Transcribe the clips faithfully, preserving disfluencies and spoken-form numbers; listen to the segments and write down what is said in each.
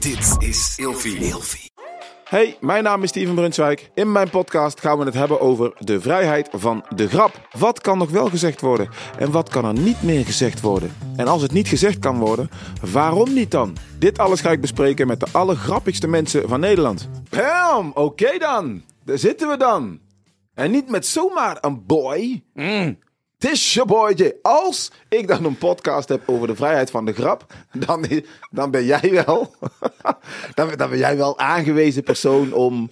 Dit is Ilfie. Ilfie. Hey, mijn naam is Steven Brunswijk. In mijn podcast gaan we het hebben over de vrijheid van de grap. Wat kan nog wel gezegd worden en wat kan er niet meer gezegd worden? En als het niet gezegd kan worden, waarom niet dan? Dit alles ga ik bespreken met de allergrappigste mensen van Nederland. Bam, oké okay dan. Daar zitten we dan. En niet met zomaar een boy. Mm. Het is je boyje. Als ik dan een podcast heb over de vrijheid van de grap, dan, dan ben jij wel, dan, dan ben jij wel aangewezen persoon om,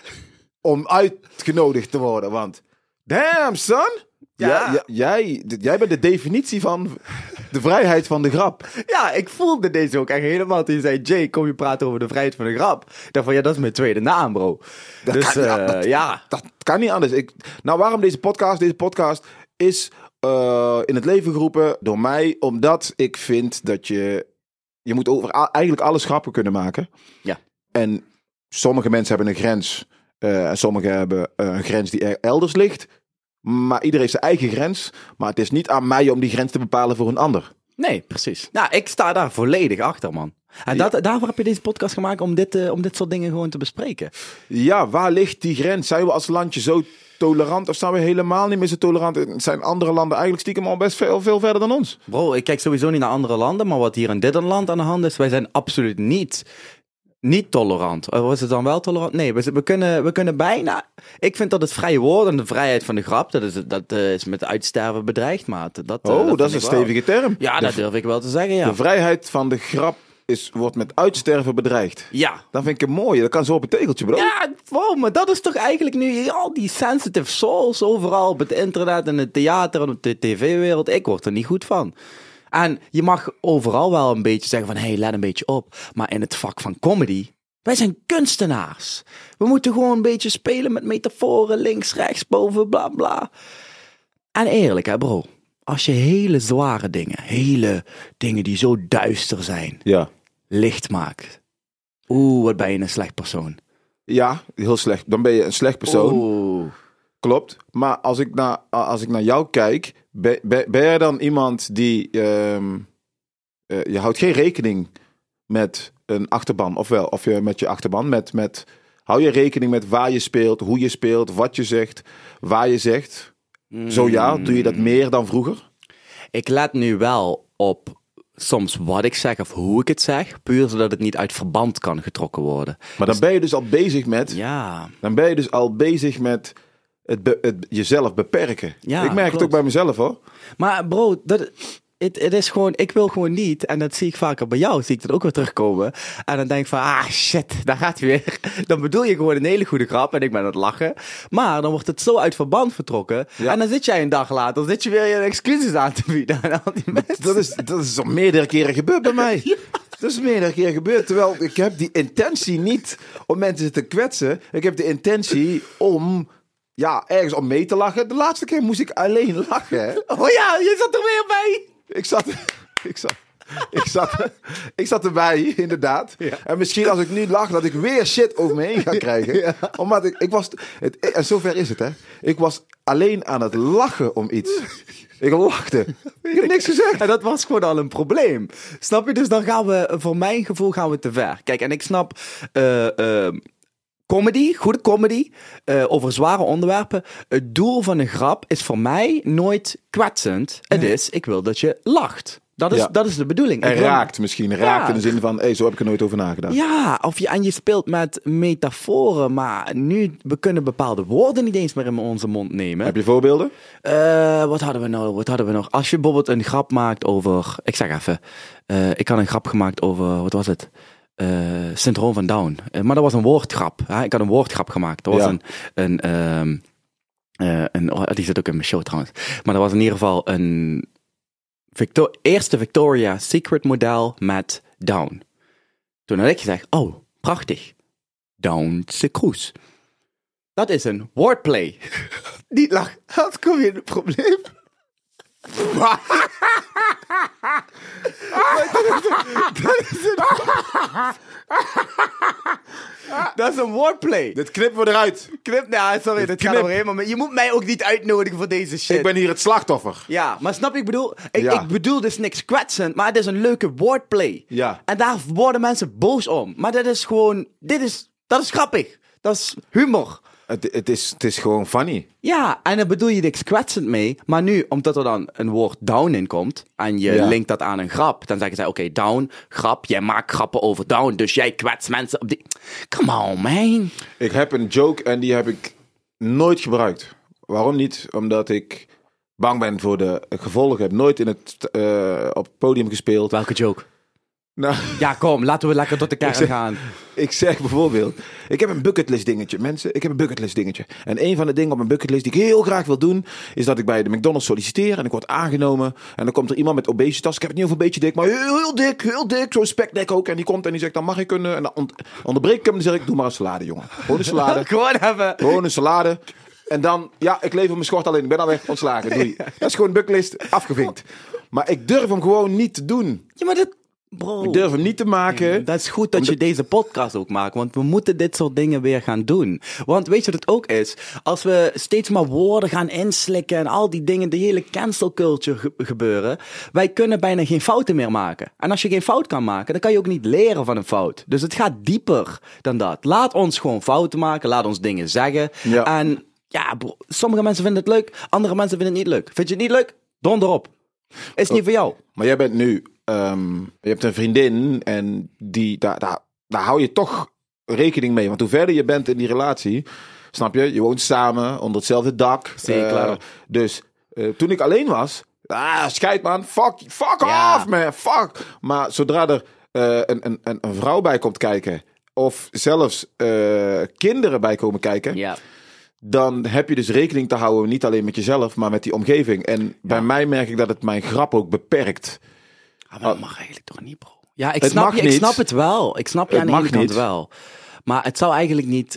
om uitgenodigd te worden. Want, damn son, ja. Ja, jij, jij bent de definitie van de vrijheid van de grap. Ja, ik voelde deze ook echt helemaal toen je zei, Jay, kom je praten over de vrijheid van de grap? Ik dacht van, ja, dat is mijn tweede naam, bro. Dat dus, kan, uh, ja, dat, ja. dat kan niet anders. Ik, nou, waarom deze podcast? Deze podcast is uh, in het leven geroepen door mij, omdat ik vind dat je, je moet over a- eigenlijk alles grappen kunnen maken. Ja. En sommige mensen hebben een grens, uh, en sommigen hebben uh, een grens die er elders ligt. Maar iedereen heeft zijn eigen grens. Maar het is niet aan mij om die grens te bepalen voor een ander. Nee, precies. Nou, ik sta daar volledig achter, man. En Ja. dat, daarvoor heb je deze podcast gemaakt, om dit, uh, om dit soort dingen gewoon te bespreken. Ja, waar ligt die grens? Zijn we als landje zo tolerant of zijn we helemaal niet meer zo tolerant? Zijn andere landen eigenlijk stiekem al best veel, veel verder dan ons? Bro, ik kijk sowieso niet naar andere landen, maar wat hier in dit land aan de hand is, wij zijn absoluut niet, niet tolerant. Of was het dan wel tolerant? Nee, we, we, kunnen, we kunnen bijna... Ik vind dat het vrije woord en de vrijheid van de grap, dat is, dat is met uitsterven bedreigd, maat. Dat, Oh, uh, dat, dat is een vind ik wel. stevige term. Ja, de, dat durf ik wel te zeggen, ja. De vrijheid van de grap is, wordt met uitsterven bedreigd. Ja. Dat vind ik een mooie. Dat kan zo op een tegeltje, bro. Ja, wow, maar dat is toch eigenlijk nu al die sensitive souls overal op het internet en het theater en op de tv-wereld. Ik word er niet goed van. En je mag overal wel een beetje zeggen van, hé, hey, let een beetje op. Maar in het vak van comedy, wij zijn kunstenaars. We moeten gewoon een beetje spelen met metaforen, links, rechts, boven, bla bla. En eerlijk hè, bro. Als je hele zware dingen, hele dingen die zo duister zijn, Ja. licht maakt. Oeh, wat ben je een slecht persoon. Ja, heel slecht. Dan ben je een slecht persoon. Oeh. Klopt. Maar als ik naar, als ik naar jou kijk, ben, ben, ben jij dan iemand die... Um, uh, je houdt geen rekening met een achterban, of wel? Of je met je achterban, met, met... Hou je rekening met waar je speelt, hoe je speelt, wat je zegt, waar je zegt... Zo ja, doe je dat meer dan vroeger? Ik let nu wel op soms wat ik zeg of hoe ik het zeg, puur zodat het niet uit verband kan getrokken worden. Maar dan ben je dus al bezig met... Ja. Dan ben je dus al bezig met het, be, het jezelf beperken. Ja, ik merk klopt. het ook bij mezelf, hoor. Maar bro, dat... Het, het is gewoon, ik wil gewoon niet, en dat zie ik vaker bij jou, zie ik dat ook weer terugkomen. En dan denk ik van, ah shit, daar gaat hij weer. Dan bedoel je gewoon een hele goede grap en ik ben aan het lachen. Maar dan wordt het zo uit verband vertrokken. Ja. En dan zit jij een dag later, dan zit je weer je excuses aan te bieden aan al die mensen. Dat is, dat is al meerdere keren gebeurd bij mij. Ja. Dat is meerdere keren gebeurd. Terwijl ik heb die intentie niet om mensen te kwetsen. Ik heb de intentie om... Ja, ergens om mee te lachen. De laatste keer moest ik alleen lachen. Hè? Oh ja, je zat er weer bij. Ik zat, ik zat, ik zat, ik zat erbij, inderdaad. Ja. En misschien als ik nu lach, dat ik weer shit over me heen ga krijgen. Ja. Omdat ik, ik was, het, en zover is het, hè. Ik was alleen aan het lachen om iets. Ik lachte. Ik heb niks gezegd. En dat was gewoon al een probleem. Snap je? Dus dan gaan we, voor mijn gevoel, gaan we te ver. Kijk, en ik snap... Uh, uh, Comedy, goede comedy, uh, over zware onderwerpen. Het doel van een grap is voor mij nooit kwetsend. Het Nee. is, ik wil dat je lacht. Dat is, Ja. dat is de bedoeling. En Ik wil- raakt misschien. Raakt Ja. in de zin van, hé, hey, zo heb ik er nooit over nagedacht. Ja, of je, en je speelt met metaforen, maar nu, we kunnen bepaalde woorden niet eens meer in onze mond nemen. Heb je voorbeelden? Uh, wat hadden we nou? Wat hadden we nog? Als je bijvoorbeeld een grap maakt over, ik zeg even, uh, ik had een grap gemaakt over, wat was het? Uh, syndroom van Down. Uh, maar dat was een woordgrap. Hè? Ik had een woordgrap gemaakt. Dat was Ja. een, een, um, uh, een oh, die zit ook in mijn show trouwens. Maar dat was in ieder geval een Victor- eerste Victoria's Secret model met Down. Toen had ik gezegd, oh, prachtig. Downse Kroes. Dat is een wordplay. Niet lachen. Als kom je in een probleem. dat is een... Dat is een wordplay. Dit knippen we eruit. Knip, nou, sorry, Dit dat knip. gaat overheen. Maar je moet mij ook niet uitnodigen voor deze shit. Ik ben hier het slachtoffer. Ja, maar snap je, ik bedoel... Ik, Ja. ik bedoel dus niks kwetsend, maar het is een leuke wordplay. Ja. En daar worden mensen boos om. Maar dat is gewoon... Dit is... Dat is grappig. Dat is humor. Het, het, is, het is gewoon funny. Ja, en daar bedoel je niks kwetsend mee. Maar nu, omdat er dan een woord down in komt... en je Ja. linkt dat aan een grap... dan zeggen zij, oké, down, grap... jij maakt grappen over down... dus jij kwetst mensen op die... Come on, man. Ik heb een joke en die heb ik nooit gebruikt. Waarom niet? Omdat ik bang ben voor de gevolgen. Ik heb nooit in het, uh, op het podium gespeeld. Welke joke? Nou, Ja, kom, laten we lekker tot de kern Ik zeg- gaan. ik zeg bijvoorbeeld, ik heb een bucketlist dingetje. Mensen, ik heb een bucketlist dingetje. En een van de dingen op mijn bucketlist die ik heel graag wil doen, is dat ik bij de McDonald's solliciteer en ik word aangenomen. En dan komt er iemand met obesitas. Ik heb het niet over een beetje dik, maar heel, heel dik, heel dik. Zo'n speknek ook. En die komt en die zegt, dan mag ik een... En dan ont- onderbreek ik hem en dan zeg ik, doe maar een salade, jongen. Gewoon een salade. Gewoon even... Gewoon een salade. En dan, ja, ik lever mijn schort alleen. Ik ben al weg, ontslagen. Doei. Dat is gewoon een bucketlist, afgevinkt. Maar ik durf hem gewoon niet te doen. Ja, maar dat... Bro. Ik durf hem niet te maken. Dat is goed dat je deze podcast ook maakt, want we moeten dit soort dingen weer gaan doen. Want weet je wat het ook is? Als we steeds maar woorden gaan inslikken en al die dingen, de hele cancel culture ge- gebeuren, wij kunnen bijna geen fouten meer maken. En als je geen fout kan maken, dan kan je ook niet leren van een fout. Dus het gaat dieper dan dat. Laat ons gewoon fouten maken, laat ons dingen zeggen. Ja. En ja, bro, sommige mensen vinden het leuk, andere mensen vinden het niet leuk. Vind je het niet leuk? Donder op. Is niet voor jou. Maar jij bent nu, um, je hebt een vriendin en die, daar, daar, daar hou je toch rekening mee. Want hoe verder je bent in die relatie, snap je, je woont samen onder hetzelfde dak. Zeker. Uh, dus uh, toen ik alleen was, ah, scheid man, fuck, fuck Ja. off man, fuck. Maar zodra er uh, een, een, een, een vrouw bij komt kijken, of zelfs uh, kinderen bij komen kijken, Ja. dan heb je dus rekening te houden, niet alleen met jezelf, maar met die omgeving. En bij mij merk ik dat het mijn grap ook beperkt. Ah, maar dat mag eigenlijk toch niet, bro? Ja, ik Het snap, mag je, ik niet. snap het wel. Ik snap je Het aan de mag ene kant niet. wel. Maar het zou eigenlijk niet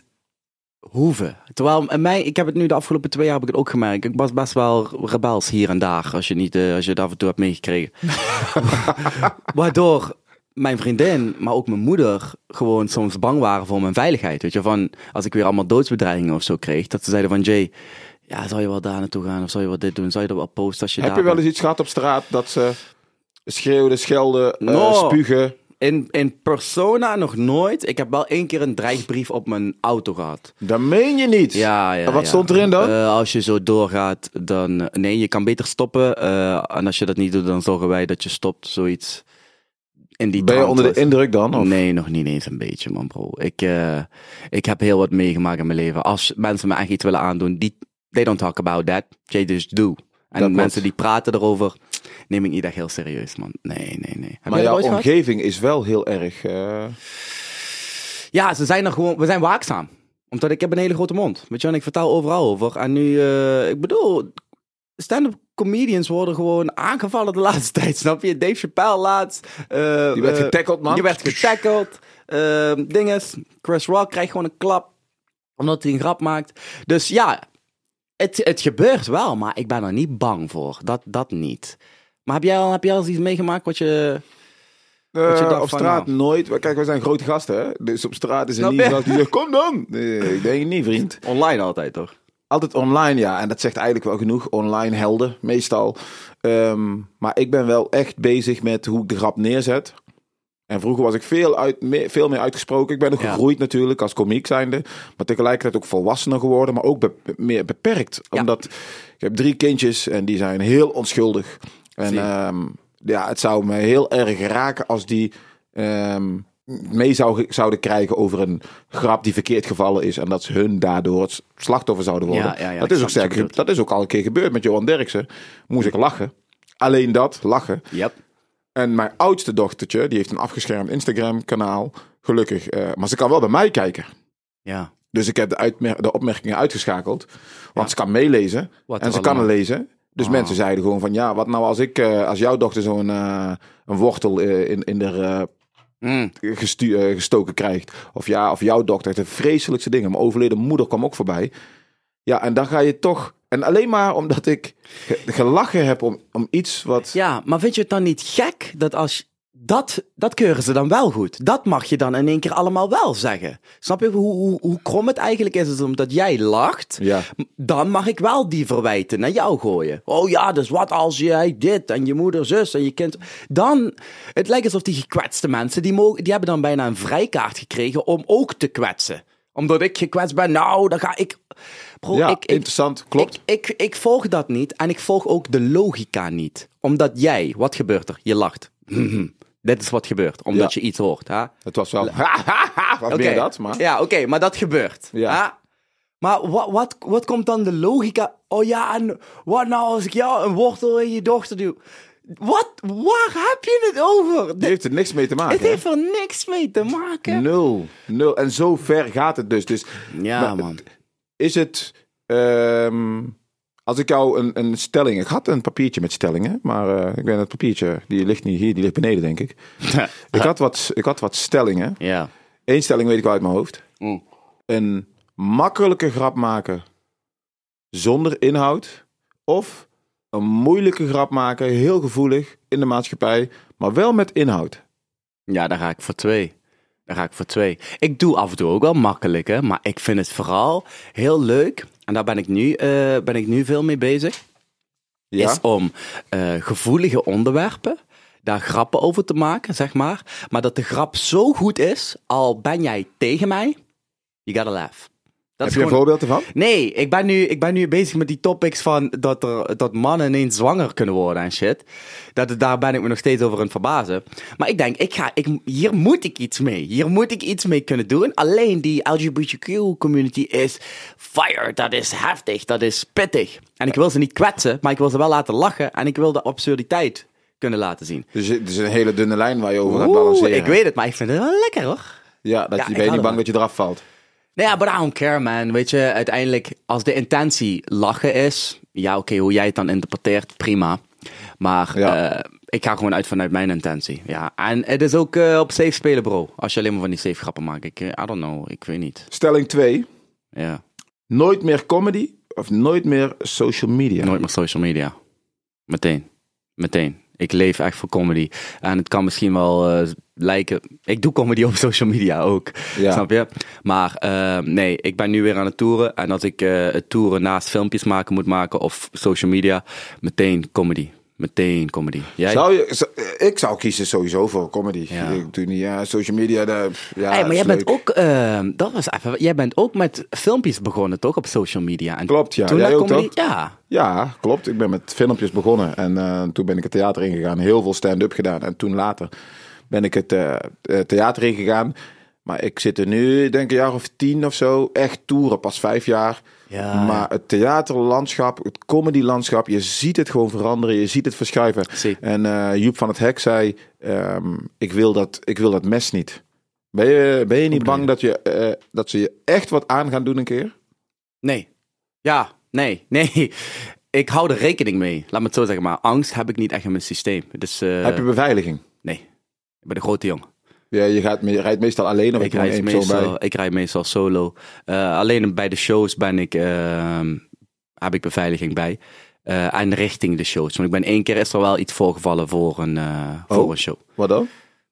hoeven. Terwijl en mij, ik heb het nu de afgelopen twee jaar heb ik het ook gemerkt. Ik was best wel rebels hier en daar, als je, niet, uh, als je het af en toe hebt meegekregen. Waardoor mijn vriendin, maar ook mijn moeder, gewoon soms bang waren voor mijn veiligheid. Weet je, van als ik weer allemaal doodsbedreigingen of zo kreeg, dat ze zeiden van Jay, ja, zou je wel daar naartoe gaan of zou je wel dit doen? Zou je dat wel posten als je Heb daar je wel bent? eens iets gehad op straat dat ze schreeuwden, schelden, uh, No. spugen? In, in persona nog nooit. Ik heb wel één keer een dreigbrief op mijn auto gehad. Dat meen je niet. Ja, ja. En wat ja. stond erin dan? Uh, als je zo doorgaat, dan... Nee, je kan beter stoppen. Uh, en als je dat niet doet, dan zorgen wij dat je stopt. Zoiets. In die Ben je trant onder de was. indruk dan? Of? Nee, nog niet eens een beetje, man, bro. Ik, uh, ik heb heel wat meegemaakt in mijn leven. Als mensen me echt iets willen aandoen, die, they don't talk about that. They just do. En Dat mensen klopt. die praten erover, neem ik niet echt heel serieus, man. Nee, nee, nee. Heb Maar jij dat jouw ooit gehad? omgeving is wel heel erg... Uh... Ja, ze zijn er gewoon, we zijn waakzaam. Omdat ik heb een hele grote mond. Weet je, en ik vertel overal over. En nu, uh, ik bedoel, stand-up comedians worden gewoon aangevallen de laatste tijd, snap je? Dave Chappelle laatst. Uh, Die werd uh, getackled, man. Die werd getackled. Uh, dinges, Chris Rock krijgt gewoon een klap. Omdat hij een grap maakt. Dus ja, het, het gebeurt wel, maar ik ben er niet bang voor. Dat, dat niet. Maar heb jij al, heb jij al eens iets meegemaakt wat je... Uh, Wat je dacht op van, straat nou. nooit. Kijk, we zijn grote gasten, hè? Dus op straat is er Snap niet je? iemand die zegt, kom dan. Nee, ik denk het niet, vriend. Online altijd, toch? Altijd online, ja. En dat zegt eigenlijk wel genoeg. Online helden, meestal. Um, maar ik ben wel echt bezig met hoe ik de grap neerzet. En vroeger was ik veel, uit, meer, veel meer uitgesproken. Ik ben nog Ja. gegroeid natuurlijk als komiek zijnde. Maar tegelijkertijd ook volwassener geworden. Maar ook be- meer beperkt. Ja. Omdat ik heb drie kindjes en die zijn heel onschuldig. En Zie. um, ja, het zou me heel erg raken als die... Um, mee zou, zouden krijgen over een grap die verkeerd gevallen is. En dat ze hun daardoor het slachtoffer zouden worden. Ja, ja, ja, dat, ik is ook snap wat je sterk, bedoelt. dat is ook al een keer gebeurd met Johan Derksen. Moest ik lachen. Alleen dat, lachen. Yep. En mijn oudste dochtertje, die heeft een afgeschermd Instagram kanaal. Gelukkig. Uh, maar ze kan wel bij mij kijken. Ja. Dus ik heb de, uitmer- de opmerkingen uitgeschakeld. Want Ja. ze kan meelezen. Wat en er ze kan er allemaal- lezen. Dus Ah. mensen zeiden gewoon van... Ja, wat nou als ik... Uh, als jouw dochter zo'n uh, een wortel uh, in, in de... Uh, Mm. gestu- uh, gestoken krijgt. Of ja, of jouw dochter heeft de vreselijkste dingen. Mijn overleden moeder kwam ook voorbij. Ja, en dan ga je toch... En alleen maar omdat ik ge- gelachen heb om, om iets wat... Ja, maar vind je het dan niet gek dat als Dat, dat keuren ze dan wel goed. Dat mag je dan in één keer allemaal wel zeggen. Snap je hoe, hoe, hoe krom het eigenlijk is? Is omdat jij lacht, Ja. dan mag ik wel die verwijten naar jou gooien. Oh ja, dus wat als jij dit en je moeder zus en je kind... Dan, het lijkt alsof die gekwetste mensen, die, mogen, die hebben dan bijna een vrijkaart gekregen om ook te kwetsen. Omdat ik gekwetst ben, nou, dan ga ik... Bro, Ja, ik, ik, interessant, klopt. Ik, ik, ik volg dat niet en ik volg ook de logica niet. Omdat jij, wat gebeurt er? Je lacht. Dit is wat gebeurt, omdat Ja. je iets hoort. Hè? Het was wel... wat Oké. meer dat, maar... Ja, oké, maar dat gebeurt. Ja. Hè? Maar wat, wat, wat komt dan de logica? Oh ja, en wat nou als ik jou een wortel in je dochter doe? Wat? Waar heb je het over? Die Dit- heeft er niks mee te maken. Het hè? heeft er niks mee te maken. Nul. Nul. En zo ver gaat het dus. Dus Ja, maar man. is het... ehm, als ik jou een, een stelling... Ik had een papiertje met stellingen, maar eh, ik ben het papiertje... Die ligt niet hier, die ligt beneden, denk ik. ik, had wat, ik had wat stellingen. Ja. Eén stelling weet ik wel uit mijn hoofd. Mm. Een makkelijke grap maken zonder inhoud. Of een moeilijke grap maken, heel gevoelig in de maatschappij, maar wel met inhoud. Ja, daar ga ik voor twee. Daar ga ik voor twee. Ik doe af en toe ook wel makkelijk, hè, maar ik vind het vooral heel leuk. En daar ben ik nu, eh, ben ik nu veel mee bezig. Ja? Is om eh, gevoelige onderwerpen, daar grappen over te maken, zeg maar. Maar dat de grap zo goed is, al ben jij tegen mij, you gotta laugh. Dat Heb is je een gewoon- voorbeeld ervan? Nee, ik ben, nu, ik ben nu bezig met die topics van dat, er, dat mannen ineens zwanger kunnen worden en shit. Dat, daar ben ik me nog steeds over aan het verbazen. Maar ik denk, ik ga, ik, hier moet ik iets mee. Hier moet ik iets mee kunnen doen. Alleen die L G B T Q community is fire. Dat is heftig. Dat is pittig. En ik wil ze niet kwetsen, maar ik wil ze wel laten lachen. En ik wil de absurditeit kunnen laten zien. Dus het is een hele dunne lijn waar je over gaat Oeh, balanceren. ik weet het, maar ik vind het wel lekker hoor. Ja, dat Ja, je ik ben je hou niet bang ervan. dat je eraf valt. Nee, ja, but I don't care, man. Weet je, uiteindelijk, als de intentie lachen is, ja, oké, hoe jij het dan interpreteert, prima. Maar Ja. eh, ik ga gewoon uit vanuit mijn intentie. Ja, en het is ook eh, op safe spelen, bro. Als je alleen maar van die safe grappen maakt. Ik, eh, I don't know, ik weet niet. Stelling twee. Ja, Nooit meer comedy of nooit meer social media. nooit meer social media. Meteen. Meteen. Ik leef echt voor comedy. En het kan misschien wel eh, lijken... Ik doe comedy op social media ook. Ja. Snap je? Maar eh, nee, ik ben nu weer aan het toeren. En als ik eh, het toeren naast filmpjes maken moet maken of social media, meteen comedy. Meteen comedy. Jij? Zou je, z- ik zou kiezen sowieso voor comedy. Ja. Ik doe niet, ja, social media, daar, ja, Hey, maar is jij bent leuk. ook, eh, dat was even, jij bent ook met filmpjes begonnen, toch? Op social media. En Klopt, ja. Toen Jij naar ook, comedy, toch? ja. Ja, klopt. Ik ben met filmpjes begonnen en eh, toen ben ik het theater ingegaan. Heel veel stand-up gedaan en toen later ben ik het eh, eh, theater ingegaan. Maar ik zit er nu, denk ik, een jaar of tien of zo. Echt toeren, pas vijf jaar. Ja, maar het theaterlandschap, het comedylandschap, je ziet het gewoon veranderen. Je ziet het verschuiven. Zie. En eh, Joep van het Hek zei, ehm, ik, wil dat, ik wil dat mes niet. Ben je, ben je niet bedoel bang dat, je, eh, dat ze je echt wat aan gaan doen een keer? Nee. Ja, nee, nee. Ik hou er rekening mee. Laat me het zo zeggen. Maar angst heb ik niet echt in mijn systeem. Dus, eh, Heb je beveiliging? nee. Ik ben de grote jongen. Ja, je, gaat, je rijdt meestal alleen of Ik heb je rijd, nog één persoon bij? meestal, ik rijd meestal solo. Eh, alleen bij de shows ben ik, ehm, heb ik beveiliging bij. Eh, en richting de shows. Want ik ben één keer is er wel iets voorgevallen voor een, eh, voor Oh. een show. Wat dan?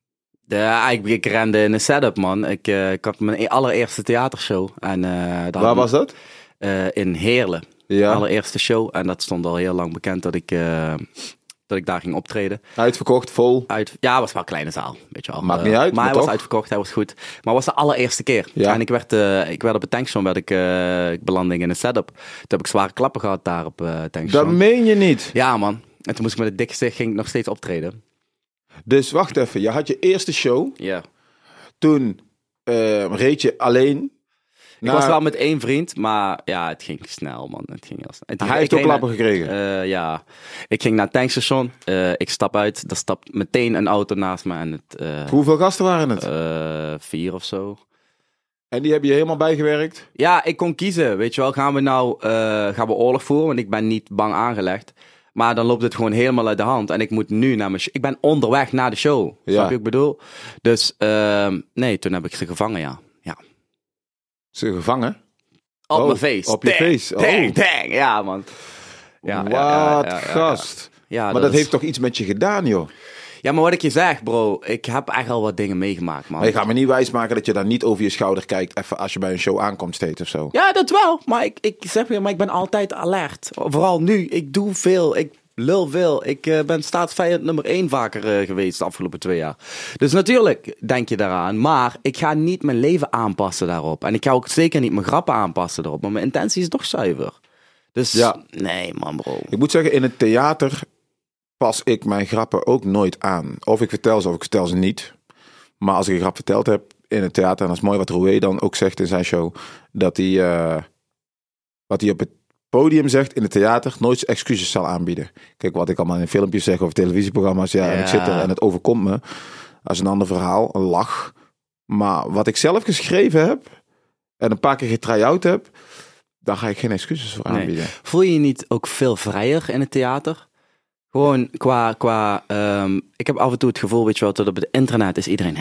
De, ik, ik rende in een setup, man. Ik, eh, ik had mijn allereerste theatershow. En, eh, daar Waar was dat? Eh, in Heerlen. Ja, Allereerste show. En dat stond al heel lang bekend dat ik, eh, dat ik daar ging optreden. uitverkocht, vol. Uit, ja, het was wel een kleine zaal. Weet je wel. Maakt Eh, niet uit, Maar maar hij was toch. uitverkocht, hij was goed. Maar het was de allereerste keer. Ja. En ik werd, eh, ik werd op het tankstation, werd ik, eh, ik belandde in een setup. Toen heb ik zware klappen gehad daar op uh, Dat tankstation. meen je niet. Ja, man. En toen moest ik met het dikste, ging ik nog steeds optreden. Dus wacht even, je had je eerste show. Ja. Toen eh, reed je alleen. Ik was wel met één vriend, maar ja, het ging snel, man. Het ging heel snel. Het- Hij ik heeft ook ging klappen naar- gekregen. Eh, ja. Ik ging naar het tankstation. Eh, ik stap uit. Er stapt meteen een auto naast me. En het, eh, Hoeveel gasten waren het? eh, vier of zo. En die hebben je helemaal bijgewerkt? Ja, ik kon kiezen. Weet je wel, gaan we nou eh, gaan we oorlog voeren? Want ik ben niet bang aangelegd. Maar dan loopt het gewoon helemaal uit de hand. En ik moet nu naar mijn show. Ik ben onderweg naar de show. Ja. Snap je wat ik bedoel? Dus ehm, nee, toen heb ik ze gevangen, ja. ja. Ze gevangen? Op Oh, mijn face. op je Dang, face. Oh. Dang, dang. Ja, man. Ja, Wat ja, ja, ja, ja, ja. gast. Ja, maar dat, is- heeft toch iets met je gedaan, joh? Ja, maar wat ik je zeg, bro, ik heb echt al wat dingen meegemaakt, man. Maar je gaat me niet wijsmaken dat je dan niet over je schouder kijkt, even als je bij een show aankomt steeds of zo. Ja, dat wel. Maar ik, ik zeg je, maar ik ben altijd alert. Vooral nu. Ik doe veel. Ik lul veel. Ik uh, ben staatsvijand nummer één vaker uh, geweest de afgelopen twee jaar. Dus natuurlijk denk je daaraan. Maar ik ga niet mijn leven aanpassen daarop. En ik ga ook zeker niet mijn grappen aanpassen daarop. Maar mijn intentie is toch zuiver. Dus Ja. nee, man, bro. Ik moet zeggen, in het theater pas ik mijn grappen ook nooit aan. Of ik vertel ze of ik vertel ze niet. Maar als ik een grap verteld heb in het theater, en dat is mooi wat Roué dan ook zegt in zijn show, dat hij, uh, wat hij op het podium zegt in het theater, nooit excuses zal aanbieden. Kijk, wat ik allemaal in filmpjes zeg of televisieprogramma's, ja, Ja. en ik zit er en het overkomt me. Dat is een ander verhaal, een lach. Maar wat ik zelf geschreven heb en een paar keer getry-out heb, daar ga ik geen excuses voor Nee. aanbieden. Voel je je niet ook veel vrijer in het theater? Gewoon qua, qua um, ik heb af en toe het gevoel, weet je wel, dat op het internet is iedereen.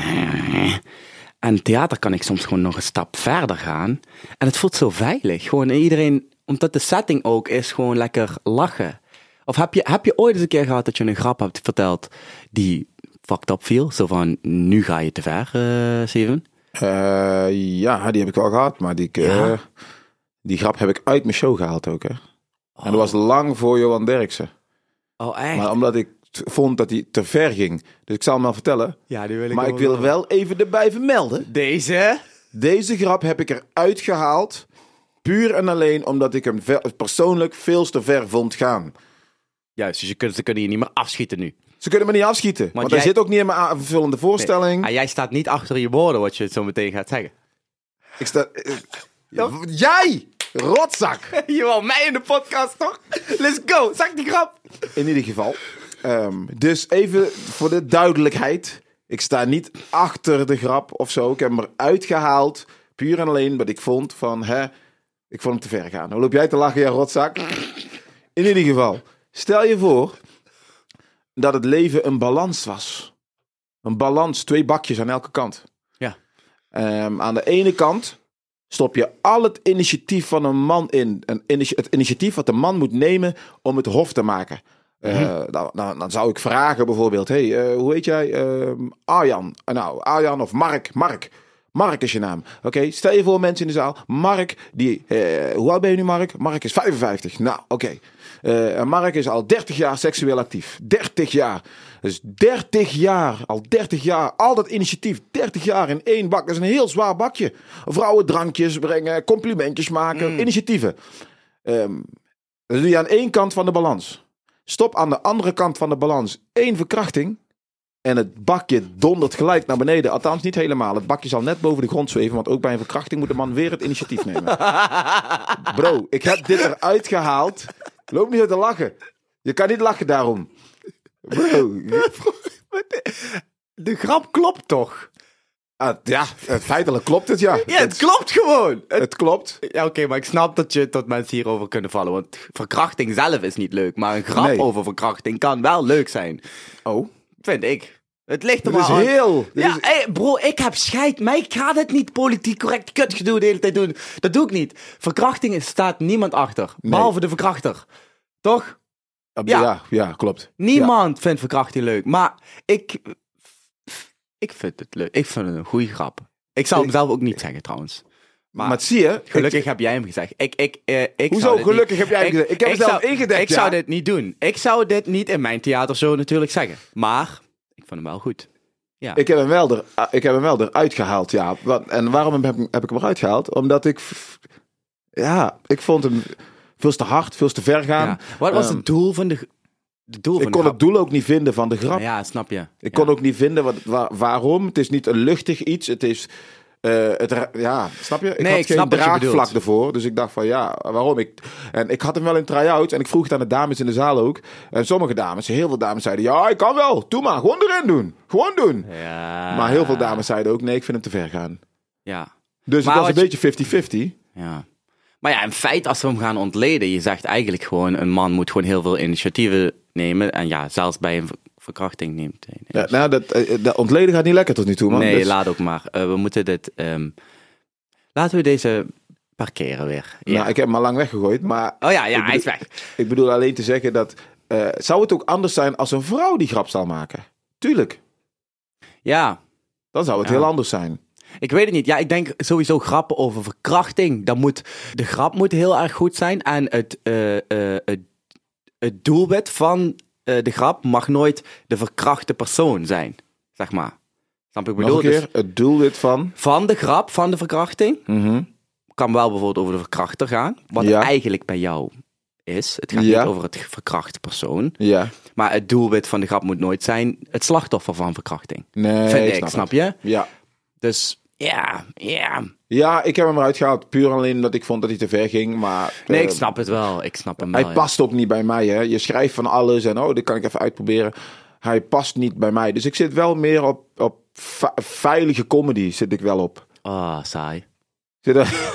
En theater kan ik soms gewoon nog een stap verder gaan. En het voelt zo veilig. Gewoon iedereen, omdat de setting ook is, gewoon lekker lachen. Of heb je, heb je ooit eens een keer gehad dat je een grap hebt verteld die fucked up viel? Zo van, nu ga je te ver, uh, Steven? Uh, ja, die heb ik wel gehad, maar die, uh, Ja? die grap heb ik uit mijn show gehaald ook, hè. En dat was lang voor Johan Derksen. Oh, echt? Maar omdat ik t- vond dat hij te ver ging. Dus ik zal hem wel vertellen. Ja, die wil ik Maar ook ik wil wel. wel even erbij vermelden. Deze? Deze grap heb ik eruit gehaald. Puur en alleen omdat ik hem ver- persoonlijk veel te ver vond gaan. Juist, dus je kunt, ze kunnen je niet meer afschieten nu. Ze kunnen me niet afschieten. Want, hij jij- zit ook niet in mijn aanvullende voorstelling. Ah, jij staat niet achter je woorden wat je zo meteen gaat zeggen. Ik sta... eh, Jij! Rotzak! Je wou mij in de podcast, toch? Let's go, zeg die grap. In ieder geval. Um, dus even voor de duidelijkheid. Ik sta niet achter de grap of zo. Ik heb hem eruit gehaald. Puur en alleen wat ik vond van... Hè, ik vond hem te ver gaan. Nou loop jij te lachen, ja, rotzak. In ieder geval. Stel je voor dat het leven een balans was. Een balans, twee bakjes aan elke kant. Ja. Um, aan de ene kant stop je al het initiatief van een man in. Een initi- het initiatief wat de man moet nemen om het hof te maken. Uh, mm-hmm. dan, dan, dan zou ik vragen bijvoorbeeld, hey, uh, hoe heet jij? Uh, Arjan. Uh, nou, Arjan of Mark. Mark. Mark is je naam. Oké, okay, stel je voor mensen in de zaal. Mark, die, uh, hoe oud ben je nu, Mark? Mark is vijfenvijftig. Nou, oké. Okay. Uh, Mark is al dertig jaar seksueel actief. dertig jaar. Dus dertig jaar, al dertig jaar, al dat initiatief, dertig jaar in één bak. Dat is een heel zwaar bakje. Vrouwen drankjes brengen, complimentjes maken, mm. initiatieven. Um, dat doe je aan één kant van de balans. Stop aan de andere kant van de balans één verkrachting en het bakje dondert gelijk naar beneden. Althans, niet helemaal. Het bakje zal net boven de grond zweven, want ook bij een verkrachting moet de man weer het initiatief nemen. Bro, ik heb dit eruit gehaald. Loop niet uit te lachen. Je kan niet lachen daarom. Bro. De grap klopt toch? Ah, ja, feitelijk klopt het, ja. Ja, het, het klopt gewoon. Het, het klopt. Ja, oké, okay, maar ik snap dat, je, dat mensen hierover kunnen vallen. Want verkrachting zelf is niet leuk. Maar een grap nee. over verkrachting kan wel leuk zijn. Oh. Vind ik. Het ligt er maar maar is aan. heel... Ja, is... hey, bro, ik heb scheid. Maar ik ga dit niet politiek correct kutgedoe de hele tijd doen. Dat doe ik niet. Verkrachting staat niemand achter. Nee. Behalve de verkrachter. Toch? Ja, ja, ja klopt. Niemand ja. vindt verkrachting leuk. Maar ik... Ik vind het leuk. Ik vind het een goede grap. Ik zou hem zelf ook niet zeggen, trouwens. Maar, maar zie je... Gelukkig ik, heb jij hem gezegd. Ik, ik, uh, ik hoezo gelukkig niet, heb jij hem gezegd? Ik heb ik het zelf zou, ingedekt, Ik ja. zou dit niet doen. Ik zou dit niet in mijn theatershow natuurlijk zeggen. Maar, ik vond hem wel goed. Ja. Ik heb hem wel, er, ik heb hem wel eruit gehaald, ja. En waarom heb, heb ik hem eruit gehaald? Omdat ik... Ja, ik vond hem veel te hard, veel te ver gaan. Ja. Wat was um, het doel van de... de doel ik van kon de het doel ook niet vinden van de grap. Ja, snap je. Ik ja. kon ook niet vinden wat, waar, waarom. Het is niet een luchtig iets. Het is... Uh, het, ja, snap je? Ik nee, had ik geen draagvlak ervoor. Dus ik dacht van ja, waarom? Ik, en ik had hem wel in try-out. En ik vroeg het aan de dames in de zaal ook. En sommige dames, heel veel dames zeiden... Ja, ik kan wel. Doe maar. Gewoon erin doen. Gewoon doen. Ja. Maar heel veel dames zeiden ook... Nee, ik vind hem te ver gaan. Ja. Dus maar het was een je... beetje vijftig vijftig. Ja. Maar ja, in feite, als we hem gaan ontleden... Je zegt eigenlijk gewoon... Een man moet gewoon heel veel initiatieven nemen. En ja, zelfs bij een verkrachting neemt hij. Ja, nou, dat, dat ontleden gaat niet lekker tot nu toe, man. Nee, dus... laat ook maar. Uh, we moeten dit... Um... Laten we deze parkeren weer. Ja. Nou, ik heb hem al lang weggegooid, maar... Oh ja, ja bedoel, hij is weg. Ik bedoel alleen te zeggen dat... Uh, zou het ook anders zijn als een vrouw die grap zal maken? Tuurlijk. Ja. Dan zou het Ja. heel anders zijn. Ik weet het niet. Ja, ik denk sowieso grappen over verkrachting. Dat moet, de grap moet heel erg goed zijn. En het, uh, uh, het, het doelwit van uh, de grap mag nooit de verkrachte persoon zijn. Zeg maar. Snap ik bedoel? Nog een keer, Dus het doelwit van... van de grap, van de verkrachting, Mhm. kan wel bijvoorbeeld over de verkrachter gaan. Wat Ja. het eigenlijk bij jou is. Het gaat Ja. niet over het verkrachte persoon. Ja. Maar het doelwit van de grap moet nooit zijn het slachtoffer van verkrachting. Nee, Vind ik ik, snap, snap het. je? Ja. Dus ja, ja. Ja, ik heb hem eruit gehaald. Puur alleen dat ik vond dat hij te ver ging. Maar Nee, eh, ik snap het wel. Ik snap hem wel. hij ja. past ook niet bij mij. Hè. Je schrijft van alles en oh, dit kan ik even uitproberen. Hij past niet bij mij. Dus ik zit wel meer op, op ve- veilige comedy zit ik wel op. Ah, saai. Zit er...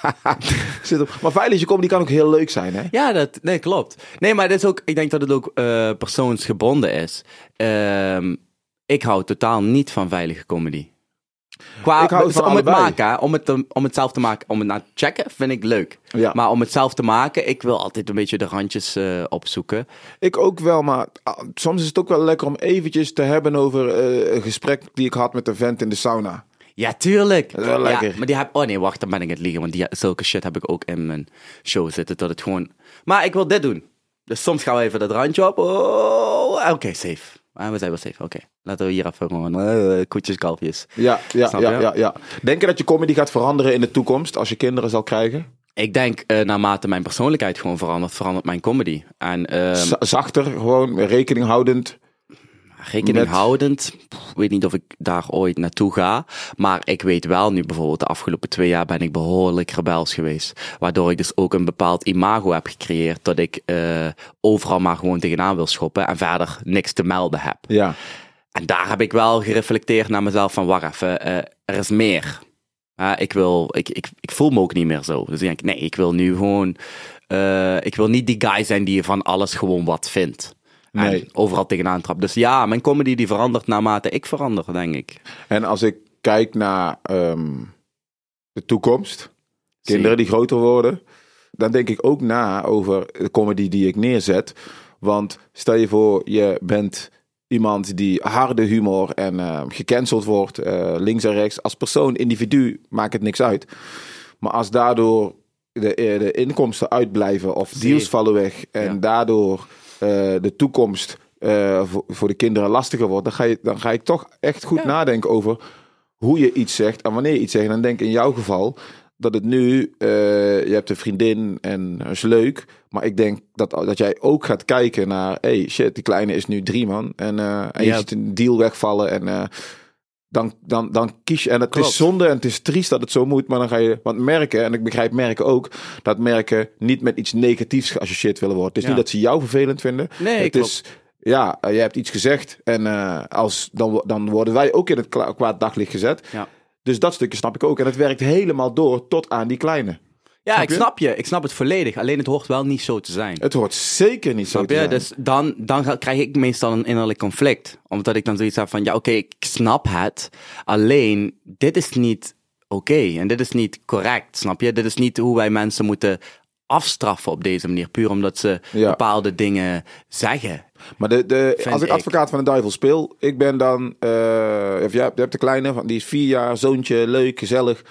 zit op. Maar veilige comedy kan ook heel leuk zijn, hè? Ja, dat nee, klopt. Nee, maar dit is ook, ik denk dat het ook eh, persoonsgebonden is. Ehm, ik hou totaal niet van veilige comedy. Qua, Ik hou van om het allebei. maken, hè, om het, te- om het zelf te maken, om het na te checken, vind ik leuk. Ja. Maar om het zelf te maken, ik wil altijd een beetje de randjes eh, opzoeken. Ik ook wel, maar ah, soms is het ook wel lekker om eventjes te hebben over eh, een gesprek die ik had met een vent in de sauna. Ja, tuurlijk. Dat is wel Ja, lekker. maar die heb, oh nee, wacht, dan ben ik het liegen. Want die, zulke shit heb ik ook in mijn show zitten. Dat het gewoon... Maar ik wil dit doen. Dus soms gaan we even dat randje op. Oh, oké, okay, safe. Ah, we zijn wel safe, oké. Okay. Laten we hier even gewoon uh, koetjes, kalfjes. Ja, ja, Snap ja, je? ja, ja. Denk je dat je comedy gaat veranderen in de toekomst als je kinderen zal krijgen? Ik denk, uh, naarmate mijn persoonlijkheid gewoon verandert, verandert mijn comedy. En uh, Z- zachter, gewoon rekening houdend. rekening met- houdend, ik weet niet of ik daar ooit naartoe ga. Maar ik weet wel nu bijvoorbeeld, de afgelopen twee jaar ben ik behoorlijk rebels geweest. Waardoor ik dus ook een bepaald imago heb gecreëerd. Dat ik uh, overal maar gewoon tegenaan wil schoppen. En verder niks te melden heb. Ja. En daar heb ik wel gereflecteerd naar mezelf van, wacht even, uh, er is meer. Uh, ik, wil, ik, ik, ik voel me ook niet meer zo. Dus ik denk, nee, ik wil nu gewoon, uh, ik wil niet die guy zijn die van alles gewoon wat vindt. Nee. En overal tegenaan trapt. Dus ja, mijn comedy die verandert naarmate ik verander, denk ik. En als ik kijk naar um, de toekomst, kinderen die groter worden, dan denk ik ook na over de comedy die ik neerzet. Want stel je voor, je bent iemand die harde humor en uh, gecanceld wordt, uh, links en rechts. Als persoon, individu, maakt het niks uit. Maar als daardoor de, de inkomsten uitblijven of Zie. deals vallen weg en Ja. daardoor uh, de toekomst uh, voor, voor de kinderen lastiger wordt, dan ga, je, dan ga ik toch echt goed Ja. nadenken over hoe je iets zegt en wanneer je iets zegt. En dan denk ik in jouw geval dat het nu, uh, je hebt een vriendin en dat is leuk. Maar ik denk dat, dat jij ook gaat kijken naar, hey shit, die kleine is nu drie man. En, uh, en Ja. je ziet een deal wegvallen en uh, dan, dan, dan kies je. En het Klopt. is zonde en het is triest dat het zo moet. Maar dan ga je, want merken, en ik begrijp merken ook, dat merken niet met iets negatiefs geassocieerd willen worden. Het is Ja. niet dat ze jou vervelend vinden. Nee, het klopt. is, ja, uh, je hebt iets gezegd en uh, als, dan, dan worden wij ook in het kwa- kwaad daglicht gezet. Ja. Dus dat stukje snap ik ook. En het werkt helemaal door tot aan die kleine. Ja, Snap ik je? snap je. Ik snap het volledig. Alleen het hoort wel niet zo te zijn. Het hoort zeker niet zo Snap te je? zijn. Dus dan, dan ga- krijg ik meestal een innerlijk conflict. Omdat ik dan zoiets heb van, ja oké, ik snap het. Alleen, dit is niet oké. En dit is niet correct, snap je? Dit is niet hoe wij mensen moeten afstraffen op deze manier. Puur omdat ze Ja. bepaalde dingen zeggen. Maar de, de, Vind als ik ik. advocaat van de duivel speel, ik ben dan, uh, of jij hebt, je hebt de kleine, van, die is vier jaar, zoontje, leuk, gezellig.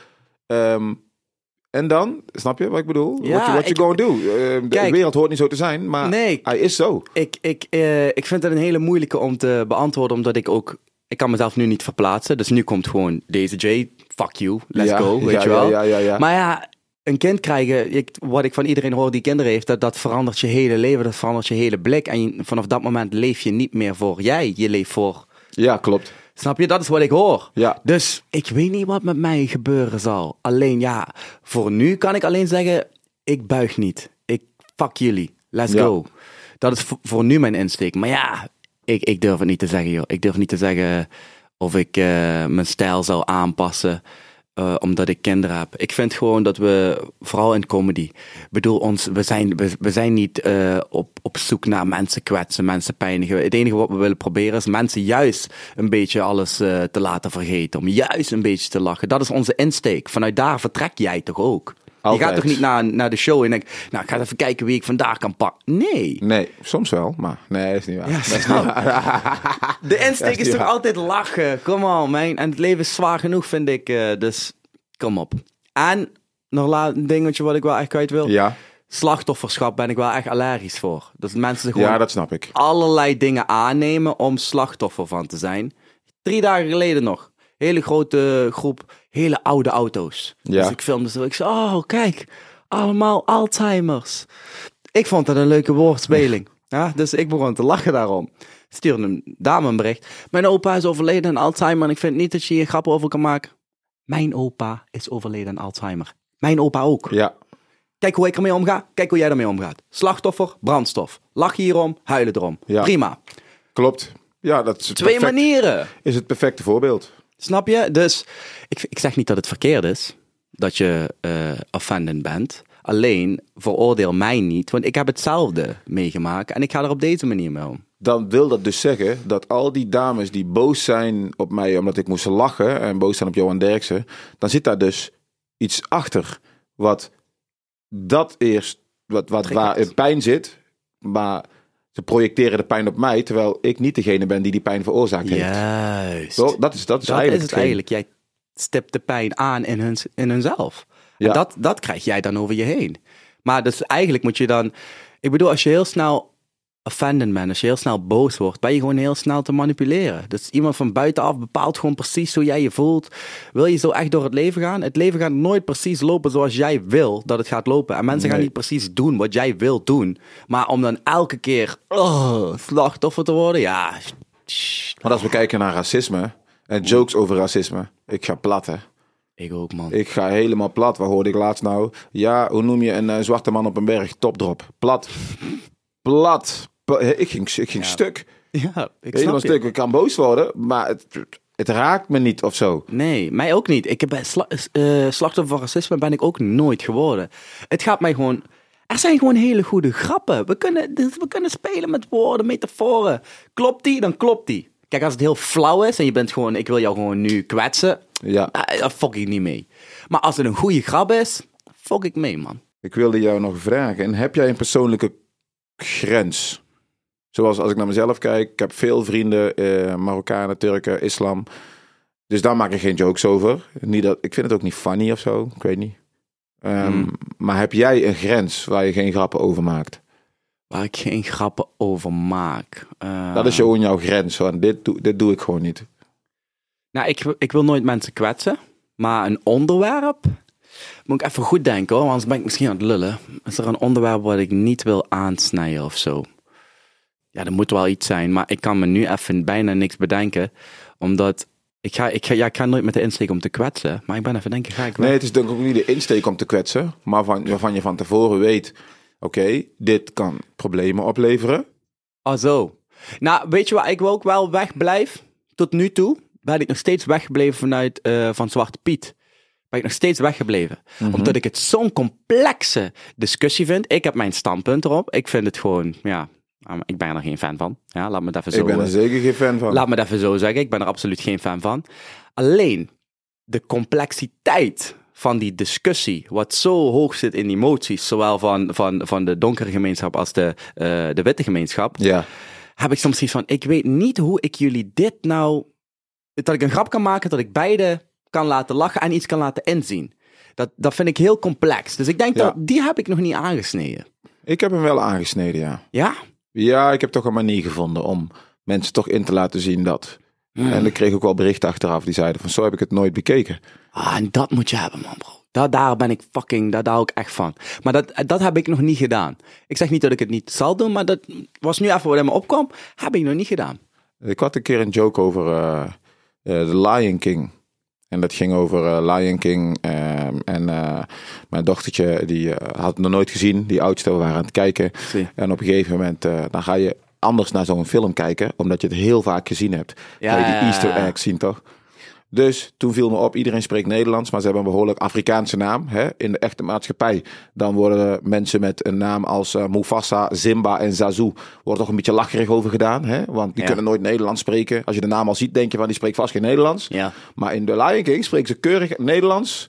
Um, en dan, snap je wat ik bedoel? Ja, what you, what ik- you gonna do? Uh, de Kijk. wereld hoort niet zo te zijn, maar Nee. hij is zo. Ik, ik, eh, ik vind het een hele moeilijke om te beantwoorden, omdat ik ook... Ik kan mezelf nu niet verplaatsen. Dus nu komt gewoon deze Jay, fuck you, let's Ja, go, weet ja, je wel. ja, ja, ja, ja. Maar ja, een kind krijgen, ik, wat ik van iedereen hoor die kinderen heeft, dat, dat verandert je hele leven, dat verandert je hele blik. En je- vanaf dat moment leef je niet meer voor jij, je leeft voor... Ja, klopt. Snap je? Dat is wat ik hoor. Ja. Dus ik weet niet wat met mij gebeuren zal. Alleen ja, voor nu kan ik alleen zeggen, ik buig niet. Ik fuck jullie. Let's Ja. go. Dat is voor, voor nu mijn insteek. Maar ja, ik, ik durf het niet te zeggen, joh. Ik durf niet te zeggen of ik uh, mijn stijl zou aanpassen uh, omdat ik kinderen heb. Ik vind gewoon dat we, vooral in comedy, bedoel ons, we zijn, we, we zijn niet uh, op, op zoek naar mensen kwetsen, mensen pijnigen. Het enige wat we willen proberen is mensen juist een beetje alles uh, te laten vergeten. Om juist een beetje te lachen. Dat is onze insteek. Vanuit daar vertrek jij toch ook? Altijd. Je gaat toch niet naar, naar de show en denkt, nou, ik ga even kijken wie ik vandaag kan pakken. Nee. Nee, soms wel, maar nee, dat is niet waar. Ja, dat is snap. niet waar. De insteek niet is toch waar. altijd lachen. Kom on, man. En het leven is zwaar genoeg, vind ik. Uh, dus kom op. En nog la- een dingetje wat ik wel echt kwijt wil. Ja. Slachtofferschap ben ik wel echt allergisch voor. Dat mensen gewoon ja, dat snap ik. allerlei dingen aannemen om slachtoffer van te zijn. Drie dagen geleden nog. Hele grote groep, hele oude auto's. Ja. Dus ik filmde zo. Ik zei, oh kijk, allemaal Alzheimer's. Ik vond dat een leuke woordspeling. Ja, dus ik begon te lachen daarom. Stuurde een dame een bericht. Mijn opa is overleden aan Alzheimer en ik vind niet dat je hier grappen over kan maken. Mijn opa is overleden aan Alzheimer. Mijn opa ook. Ja. Kijk hoe ik ermee omga. Kijk hoe jij ermee omgaat. Slachtoffer, brandstof. Lach hierom, huilen erom. Ja. Prima. Klopt. Ja, dat is het Twee perfect- manieren. Is het perfecte voorbeeld. Snap je? Dus ik, ik zeg niet dat het verkeerd is. Dat je uh, offended bent. Alleen veroordeel mij niet. Want ik heb hetzelfde meegemaakt. En ik ga er op deze manier mee om. Dan wil dat dus zeggen dat al die dames die boos zijn op mij omdat ik moest lachen en boos zijn op Johan Derksen, dan zit daar dus iets achter wat dat eerst, wat, wat waar Triggert. pijn zit, maar ze projecteren de pijn op mij, terwijl ik niet degene ben die die pijn veroorzaakt heeft. Juist. Zo, dat is, dat is dat eigenlijk is het hetgeen. eigenlijk. Jij stipt de pijn aan in, hun, in hunzelf. Ja. En dat, dat krijg jij dan over je heen. Maar dus eigenlijk moet je dan... Ik bedoel, als je heel snel offended bent, als je heel snel boos wordt, ben je gewoon heel snel te manipuleren. Dus iemand van buitenaf bepaalt gewoon precies hoe jij je voelt. Wil je zo echt door het leven gaan? Het leven gaat nooit precies lopen zoals jij wil dat het gaat lopen. En mensen Nee. gaan niet precies doen wat jij wilt doen. Maar om dan elke keer oh, slachtoffer te worden, ja... shh. Want als we kijken naar racisme en jokes over racisme, ik ga plat, hè. Ik ook, man. Ik ga helemaal plat. Wat hoorde ik laatst nou? Ja, hoe noem je een uh, zwarte man op een berg? Topdrop. Plat. Plat. Pa- Ik ging, ik ging Ja. stuk. Ja, ik Helemaal snap je. stuk. Ik kan boos worden, maar het, het raakt me niet of zo. Nee, mij ook niet. Ik heb bij sla- uh, slachtoffer van racisme ben ik ook nooit geworden. Het gaat mij gewoon... Er zijn gewoon hele goede grappen. We kunnen, we kunnen spelen met woorden, metaforen. Klopt die, dan klopt die. Kijk, als het heel flauw is en je bent gewoon... Ik wil jou gewoon nu kwetsen. Ja, Uh, daar fok ik niet mee. Maar als het een goede grap is, fok ik mee, man. ik wilde jou nog vragen. En heb jij een persoonlijke grens? Zoals als ik naar mezelf kijk. Ik heb veel vrienden, eh, Marokkanen, Turken, islam. Dus daar maak ik geen jokes over. Niet dat, ik vind het ook niet funny of zo. Ik weet niet. Um, Hmm. Maar heb jij een grens waar je geen grappen over maakt? Waar ik geen grappen over maak. Uh, Dat is gewoon jouw grens. Want dit, doe, dit doe ik gewoon niet. Nou, ik, ik wil nooit mensen kwetsen. Maar een onderwerp... Moet ik even goed denken hoor, want anders ben ik misschien aan het lullen. Is er een onderwerp wat ik niet wil aansnijden of zo? Ja, er moet wel iets zijn, maar ik kan me nu even bijna niks bedenken. Omdat, ik ga, ik ga, ja, ik ga nooit met de insteek om te kwetsen. Maar ik ben even denken, ga ik wel? Nee, het is denk ik ook niet de insteek om te kwetsen. Maar van, waarvan je van tevoren weet... Oké, okay, dit kan problemen opleveren. Oh zo. Nou, weet je waar ik ook wel wegblijf? Tot nu toe ben ik nog steeds weggebleven vanuit uh, van Zwarte Piet. Ben ik nog steeds weggebleven. Mm-hmm. Omdat ik het zo'n complexe discussie vind. Ik heb mijn standpunt erop. Ik vind het gewoon, ja... Ik ben er geen fan van. Ja, laat me het even zo... Ik ben er zeker geen fan van. Laat me het even zo zeggen. Ik ben er absoluut geen fan van. Alleen, de complexiteit van die discussie, wat zo hoog zit in emoties, zowel van, van, van de donkere gemeenschap als de, uh, de witte gemeenschap, ja. heb ik soms zoiets van, ik weet niet hoe ik jullie dit nou... Dat ik een grap kan maken, dat ik beide kan laten lachen en iets kan laten inzien. Dat, dat vind ik heel complex. Dus ik denk ja. dat, die heb ik nog niet aangesneden. Ik heb hem wel aangesneden, ja. Ja? Ja, ik heb toch een manier gevonden om mensen toch in te laten zien dat. Hmm. En ik kreeg ook wel berichten achteraf die zeiden van zo heb ik het nooit bekeken. Ah, en dat moet je hebben, man, bro. Dat, daar ben ik fucking, daar hou ik echt van. Maar dat, dat heb ik nog niet gedaan. Ik zeg niet dat ik het niet zal doen, maar dat was nu even wat in me opkwam, heb ik nog niet gedaan. Ik had een keer een joke over uh, uh, The Lion King. En dat ging over uh, Lion King. Uh, en uh, mijn dochtertje, die uh, had het nog nooit gezien. Die oudste, we waren aan het kijken. Zie. En op een gegeven moment, uh, dan ga je anders naar zo'n film kijken. Omdat je het heel vaak gezien hebt. Ja, ga je die Easter eggs zien, toch? Dus toen viel me op, iedereen spreekt Nederlands, maar ze hebben een behoorlijk Afrikaanse naam. Hè? In de echte maatschappij. Dan worden mensen met een naam als uh, Mufasa, Simba en Zazu, wordt toch een beetje lacherig over gedaan. Hè? Want die ja. kunnen nooit Nederlands spreken. Als je de naam al ziet, denk je van, die spreekt vast geen Nederlands. Ja. Maar in The Lion King spreken ze keurig Nederlands.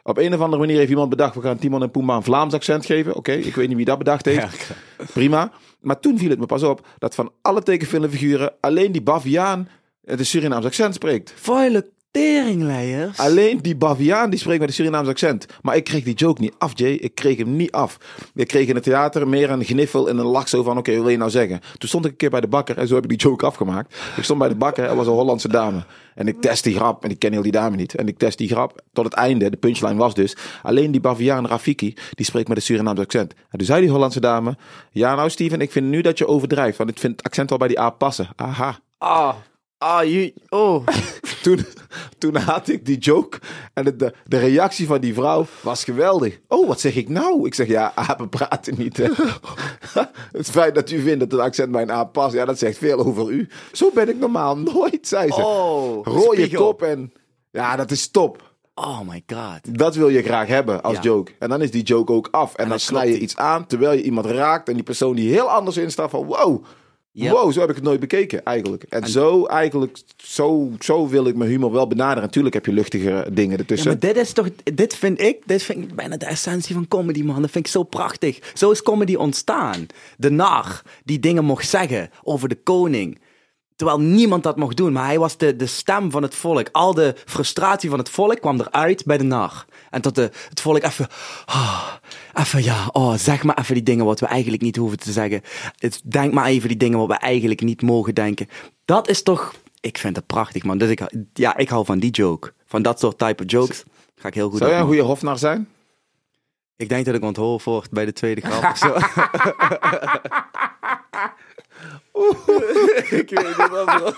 Op een of andere manier heeft iemand bedacht, we gaan Timon en Pumbaa een Vlaams accent geven. Oké, okay, ik weet niet wie dat bedacht heeft. Ja, prima. Maar toen viel het me pas op dat van alle tekenfilmfiguren alleen die baviaan het Surinaams accent spreekt. Vuile teringleiers. Alleen die baviaan die spreekt met een Surinaams accent. Maar ik kreeg die joke niet af, Jay. Ik kreeg hem niet af. Ik kreeg in het theater meer een gniffel en een lach zo van, oké, okay, wat wil je nou zeggen? Toen stond ik een keer bij de bakker en zo heb ik die joke afgemaakt. Ik stond bij de bakker, er was een Hollandse dame. En ik test die grap, en ik ken heel die dame niet. En ik test die grap tot het einde. De punchline was dus, alleen die baviaan Rafiki, die spreekt met een Surinaams accent. En toen zei die Hollandse dame, ja nou Steven, ik vind nu dat je overdrijft. Want ik vind het accent wel bij die A passen. Aha. Ah. Ah, je... Oh. toen, toen had ik die joke. En de, de, de reactie van die vrouw was geweldig. Oh, wat zeg ik nou? Ik zeg, ja, apen praten niet. Hè. Het feit dat u vindt dat het accent bij een aap past, ja, dat zegt veel over u. Zo ben ik normaal nooit, zei ze. Oh, rode spiegel. kop en... Ja, dat is top. Oh my god. Dat wil je graag hebben als ja. joke. En dan is die joke ook af. En, en dan snij je die. iets aan, terwijl je iemand raakt. En die persoon die heel anders instaat van, wow... Yep. Wow, zo heb ik het nooit bekeken eigenlijk. En, en zo eigenlijk, zo, zo wil ik mijn humor wel benaderen. Natuurlijk heb je luchtige dingen ertussen. Ja, maar dit is toch, dit vind ik, dit vind ik bijna de essentie van comedy, man. Dat vind ik zo prachtig. Zo is comedy ontstaan. De nar die dingen mocht zeggen over de koning. Terwijl niemand dat mocht doen, maar hij was de, de stem van het volk. Al de frustratie van het volk kwam eruit bij de nar. En tot de, het volk even, oh, even ja, oh, zeg maar even die dingen wat we eigenlijk niet hoeven te zeggen. Het, denk maar even die dingen wat we eigenlijk niet mogen denken. Dat is toch, ik vind het prachtig, man. Dus ik, ja, ik hou van die joke. Van dat soort type of jokes ga ik heel goed. Zou jij een goede hofnar zijn? Ik denk dat ik onthoofd word bij de tweede grap of zo. Ik weet niet wat.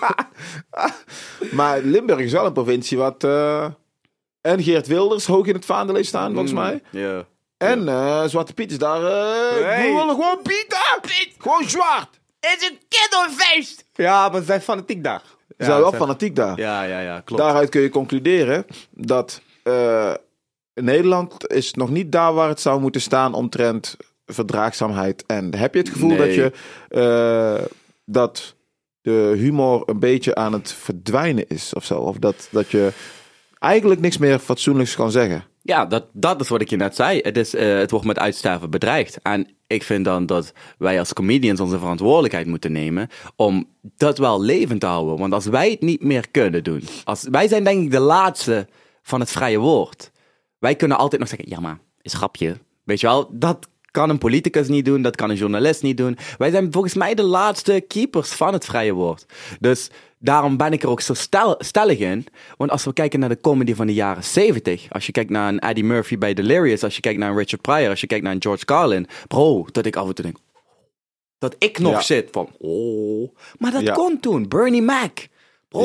Maar Limburg is wel een provincie wat... Uh, en Geert Wilders hoog in het vaandel heeft staan, volgens mm, mij. Yeah. En uh, Zwarte Piet is daar... Uh, hey. We willen gewoon Piet, Piet! Gewoon zwart! Het is een kinderfeest! Ja, maar ze zijn fanatiek daar. Ze ja, zijn wel zijn... fanatiek daar. Ja, ja, ja, klopt. Daaruit kun je concluderen dat... Uh, Nederland is nog niet daar waar het zou moeten staan omtrent verdraagzaamheid. En heb je het gevoel nee. dat je... Uh, dat de humor een beetje aan het verdwijnen is of zo? Of dat, dat je eigenlijk niks meer fatsoenlijks kan zeggen? Ja, dat, dat is wat ik je net zei. Het, is, uh, het wordt met uitsterven bedreigd. En ik vind dan dat wij als comedians onze verantwoordelijkheid moeten nemen om dat wel levend te houden. Want als wij het niet meer kunnen doen... Als, wij zijn denk ik de laatste van het vrije woord. Wij kunnen altijd nog zeggen, ja maar, is grapje. Weet je wel, dat kan een politicus niet doen, dat kan een journalist niet doen. Wij zijn volgens mij de laatste keepers van het vrije woord. Dus daarom ben ik er ook zo stel, stellig in. Want als we kijken naar de comedy van de jaren zeventig, als je kijkt naar een Eddie Murphy bij Delirious, als je kijkt naar een Richard Pryor, als je kijkt naar een George Carlin, bro, dat ik af en toe denk, dat ik nog ja. zit van, oh, maar dat ja. kon toen, Bernie Mac. Bro,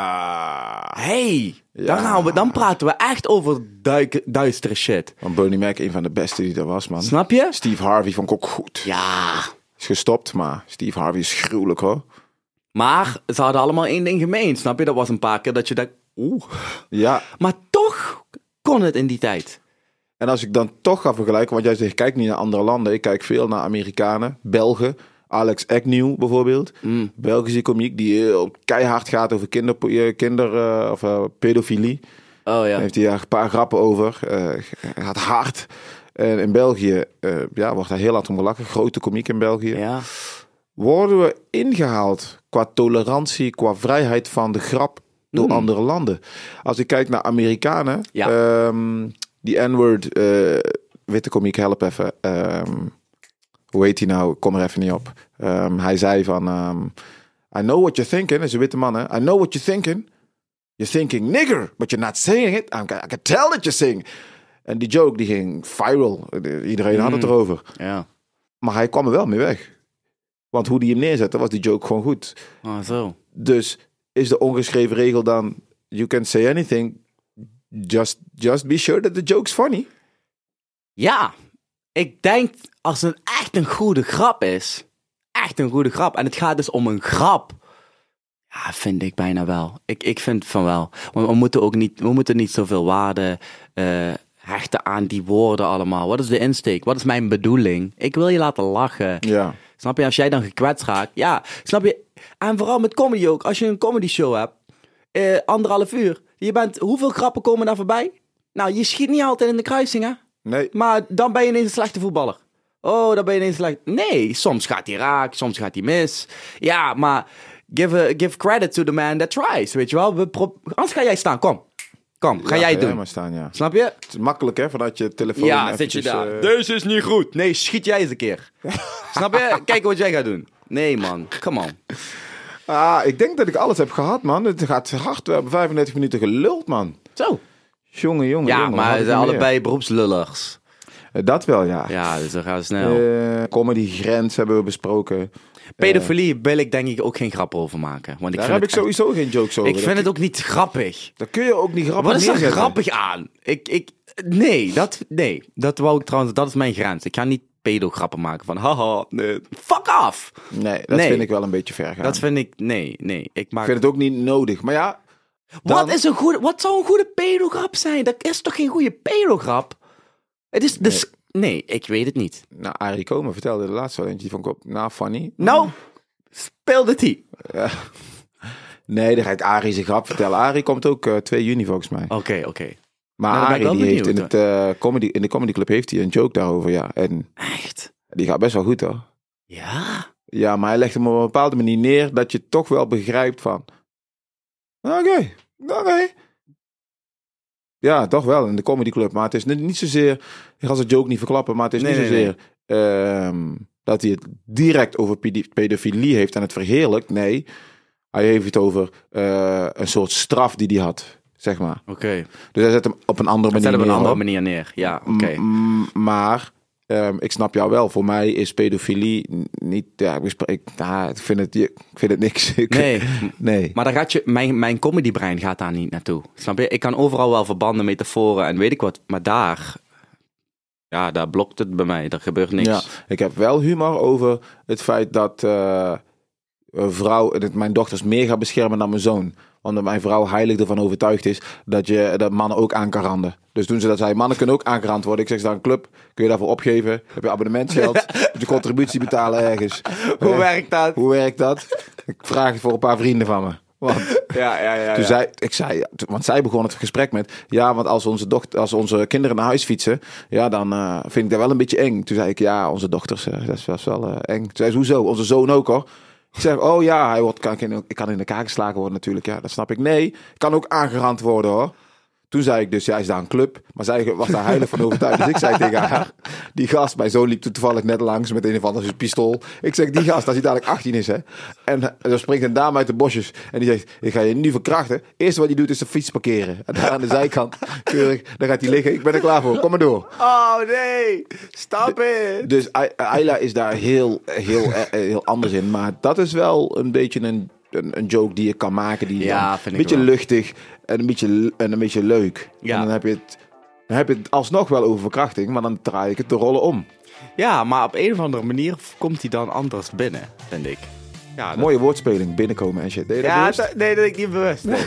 ja. hey, ja. dan, gaan we, dan praten we echt over duik, duistere shit. Want Bernie Mac, een van de beste die er was, man. Snap je? Steve Harvey vond ik ook goed. Ja. Is gestopt, maar Steve Harvey is gruwelijk, hoor. Maar ze hadden allemaal één ding gemeen, snap je? Dat was een paar keer dat je dacht, oeh. Ja. Maar toch kon het in die tijd. En als ik dan toch ga vergelijken, want jij zegt, kijk niet naar andere landen. Ik kijk veel naar Amerikanen, Belgen. Alex Agnew bijvoorbeeld, mm. Belgische komiek die heel keihard gaat over kinder, kinder uh, of uh, pedofilie. Oh ja. Daar heeft hij daar een paar grappen over. Uh, gaat hard. En in België uh, ja, wordt daar heel hard om gelachen. Grote komiek in België. Ja. Worden we ingehaald qua tolerantie, qua vrijheid van de grap door mm. andere landen? Als ik kijk naar Amerikanen, ja. um, die N-word, uh, witte komiek, help even. Um, Hoe heet hij nou? Ik kom er even niet op. Um, hij zei van... Um, I know what you're thinking. Dat is een witte man, hè? I know what you're thinking. You're thinking nigger, but you're not saying it. I can, I can tell that you're saying. En die joke die ging viral. Iedereen mm. had het erover. Ja. Maar hij kwam er wel mee weg. Want hoe die hem neerzette, was die joke gewoon goed. Oh, zo. Dus is de ongeschreven regel dan... You can say anything. Just, just be sure that the joke's funny. Ja. Ik denk, als het echt een goede grap is, echt een goede grap, en het gaat dus om een grap, ja, vind ik bijna wel. Ik, ik vind van wel. Want we moeten ook niet, we moeten niet zoveel waarde uh, hechten aan die woorden allemaal. Wat is de insteek? Wat is mijn bedoeling? Ik wil je laten lachen. Ja. Snap je? Als jij dan gekwetst raakt, ja, snap je? En vooral met comedy ook. Als je een comedy show hebt, uh, anderhalf uur, je bent, hoeveel grappen komen daar voorbij? Nou, je schiet niet altijd in de kruising, hè? Nee. Maar dan ben je ineens een slechte voetballer. Oh, dan ben je ineens slecht. Nee, soms gaat hij raak, soms gaat hij mis. Ja, maar give, a, give credit to the man that tries, weet je wel. We pro- Anders ga jij staan, kom. Kom, ga Ja, jij ga doen. Jij maar staan, ja. Snap je? Het is makkelijk, hè, vanuit je telefoon. Ja, zit je eventjes, daar. eh, Deze is niet goed. Nee, schiet jij eens een keer. Snap je? Kijk wat jij gaat doen. Nee, man. Come on. Ah, ik denk dat ik alles heb gehad, man. Het gaat hard. We hebben vijfendertig minuten geluld, man. Zo. Jongen, jongen, Ja, jongen. maar Wat ze had zijn ik nog allebei beroepslullers. meer? Eh, Dat wel, ja. Ja, dus dan gaan we snel. Eh, comedy grens hebben we besproken. Pedofilie wil ik denk ik ook geen grap over maken. Want ik Daar vind heb ik het echt- sowieso geen jokes over. Ik vind het ook niet grappig. Dat kun je ook niet grappig Wat is er neerzetten. grappig aan? Ik, ik, nee, dat, nee, dat wou ik trouwens, dat is mijn grens. Ik ga niet pedo-grappen maken van, haha, nee, fuck off. Nee, dat Nee. vind ik wel een beetje ver gaan. Dat vind ik, nee, nee. Ik maak... Ik vind het ook niet nodig. Maar ja, dan- Wat, is een goede, wat zou een goede pedo-grap zijn? Dat is toch geen goede pedo-grap? Het is, dus, nee, ik weet het niet. Nou, Arie Komen vertelde de laatste wel eentje. Die vond ik op, nou, funny. Nou, speelde die. Nee, dan ga ik Arie zijn grap vertellen. Arie komt ook eh, twee juni volgens mij. Oké, oké. Maar Nou, dan ben ik Arie wel die heeft in, benieuwd, het, eh, comedy, in de Comedy Club heeft hij een joke daarover, ja. En Echt? die gaat best wel goed, hoor. Ja. Ja, maar hij legt hem op een bepaalde manier neer dat je toch wel begrijpt van... Oké, oké. Ja, toch wel, in de Comedy Club. Maar het is niet, niet zozeer... Ik ga zijn joke niet verklappen, maar het is Nee, niet nee, zozeer... ehm, dat hij het direct over pedi- pedofilie heeft en het verheerlijkt. Nee, hij heeft het over eh, een soort straf die hij had, zeg maar. Oké. Dus hij zet hem op een andere Zet manier op een neer, andere hoor. manier neer. Ja, oké. M- maar ehm, ik snap jou wel. Voor mij is pedofilie n- niet... Ja, ik, bespre- ik, ja, ik, vind, het, ik vind het niks. Ik- Nee. nee. Maar dan gaat je, mijn, mijn comedybrein gaat daar niet naartoe. Snap je? Ik kan overal wel verbanden, metaforen en weet ik wat. Maar daar, ja, daar blokt het bij mij. Er gebeurt niks. Ja, ik heb wel humor over het feit dat eh, een vrouw dat mijn dochters meer gaat beschermen dan mijn zoon. Omdat mijn vrouw heilig ervan overtuigd is dat je dat mannen ook aan kan randen. Dus toen ze dat zei, mannen kunnen ook aangerand worden. Ik zeg, is daar een club? Kun je daarvoor opgeven? Heb je abonnementgeld? Moet je contributie betalen ergens? Hoe Eh, werkt dat? Hoe werkt dat? Ik vraag het voor een paar vrienden van me. Want Ja, ja, ja. toen ja. zei, ik zei, want zij begon het gesprek met, ja, want als onze, dochter, als onze kinderen naar huis fietsen, ja, dan uh, vind ik dat wel een beetje eng. Toen zei ik, ja, onze dochters, uh, dat is, dat is wel uh, eng. Toen zei ze, hoezo? Onze zoon ook, hoor. Ik zeg, oh ja, hij wordt, kan, ik kan in elkaar geslagen worden natuurlijk. Ja, dat snap ik. Nee, ik kan ook aangerand worden, hoor. Toen zei ik dus, ja, is daar een club? Maar zij was daar heilig van overtuigd. Dus ik zei tegen haar, die gast, mijn zoon liep toen toevallig net langs met een of ander pistool. Ik zeg, die gast, als hij dadelijk achttien is, hè. En er springt een dame uit de bosjes. En die zegt, ik ga je nu verkrachten. Eerste wat hij doet is de fiets parkeren. En daar aan de zijkant, keurig, daar gaat hij liggen. Ik ben er klaar voor, kom maar door. Oh nee, stop it. Dus Ayla is daar heel, heel, heel anders in. Maar dat is wel een beetje een, een, een joke die je kan maken. Die Ja, dan vind een ik beetje wel. luchtig en een beetje, en een beetje leuk. Ja. En dan heb je het... Dan heb je het alsnog wel over verkrachting, maar dan draai ik het de rollen om. Ja, maar op een of andere manier komt hij dan anders binnen, vind ik. Ja, dat... Mooie woordspeling, binnenkomen en shit. Deed je dat Ja, bewust? dat- nee, dat ik niet bewust. Nee,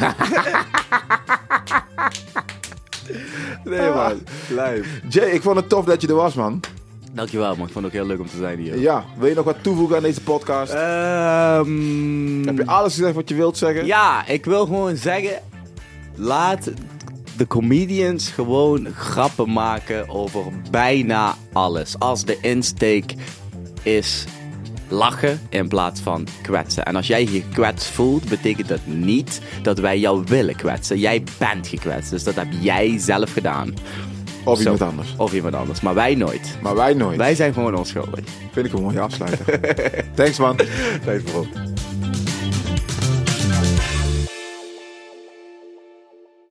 nee man. Lijp. Jay, ik vond het tof dat je er was, man. Dankjewel, man. Ik vond het ook heel leuk om te zijn hier. Ja, wil je nog wat toevoegen aan deze podcast? Ehm, Heb je alles gezegd wat je wilt zeggen? Ja, ik wil gewoon zeggen, laat de comedians gewoon grappen maken over bijna alles. Als de insteek is lachen in plaats van kwetsen. En als jij je gekwetst voelt, betekent dat niet dat wij jou willen kwetsen. Jij bent gekwetst, dus dat heb jij zelf gedaan. Of Zo. iemand anders. Of iemand anders, maar wij nooit. Maar wij nooit. Wij zijn gewoon onschuldig. Vind ik een mooie afsluiter. Thanks, man. Thanks bro.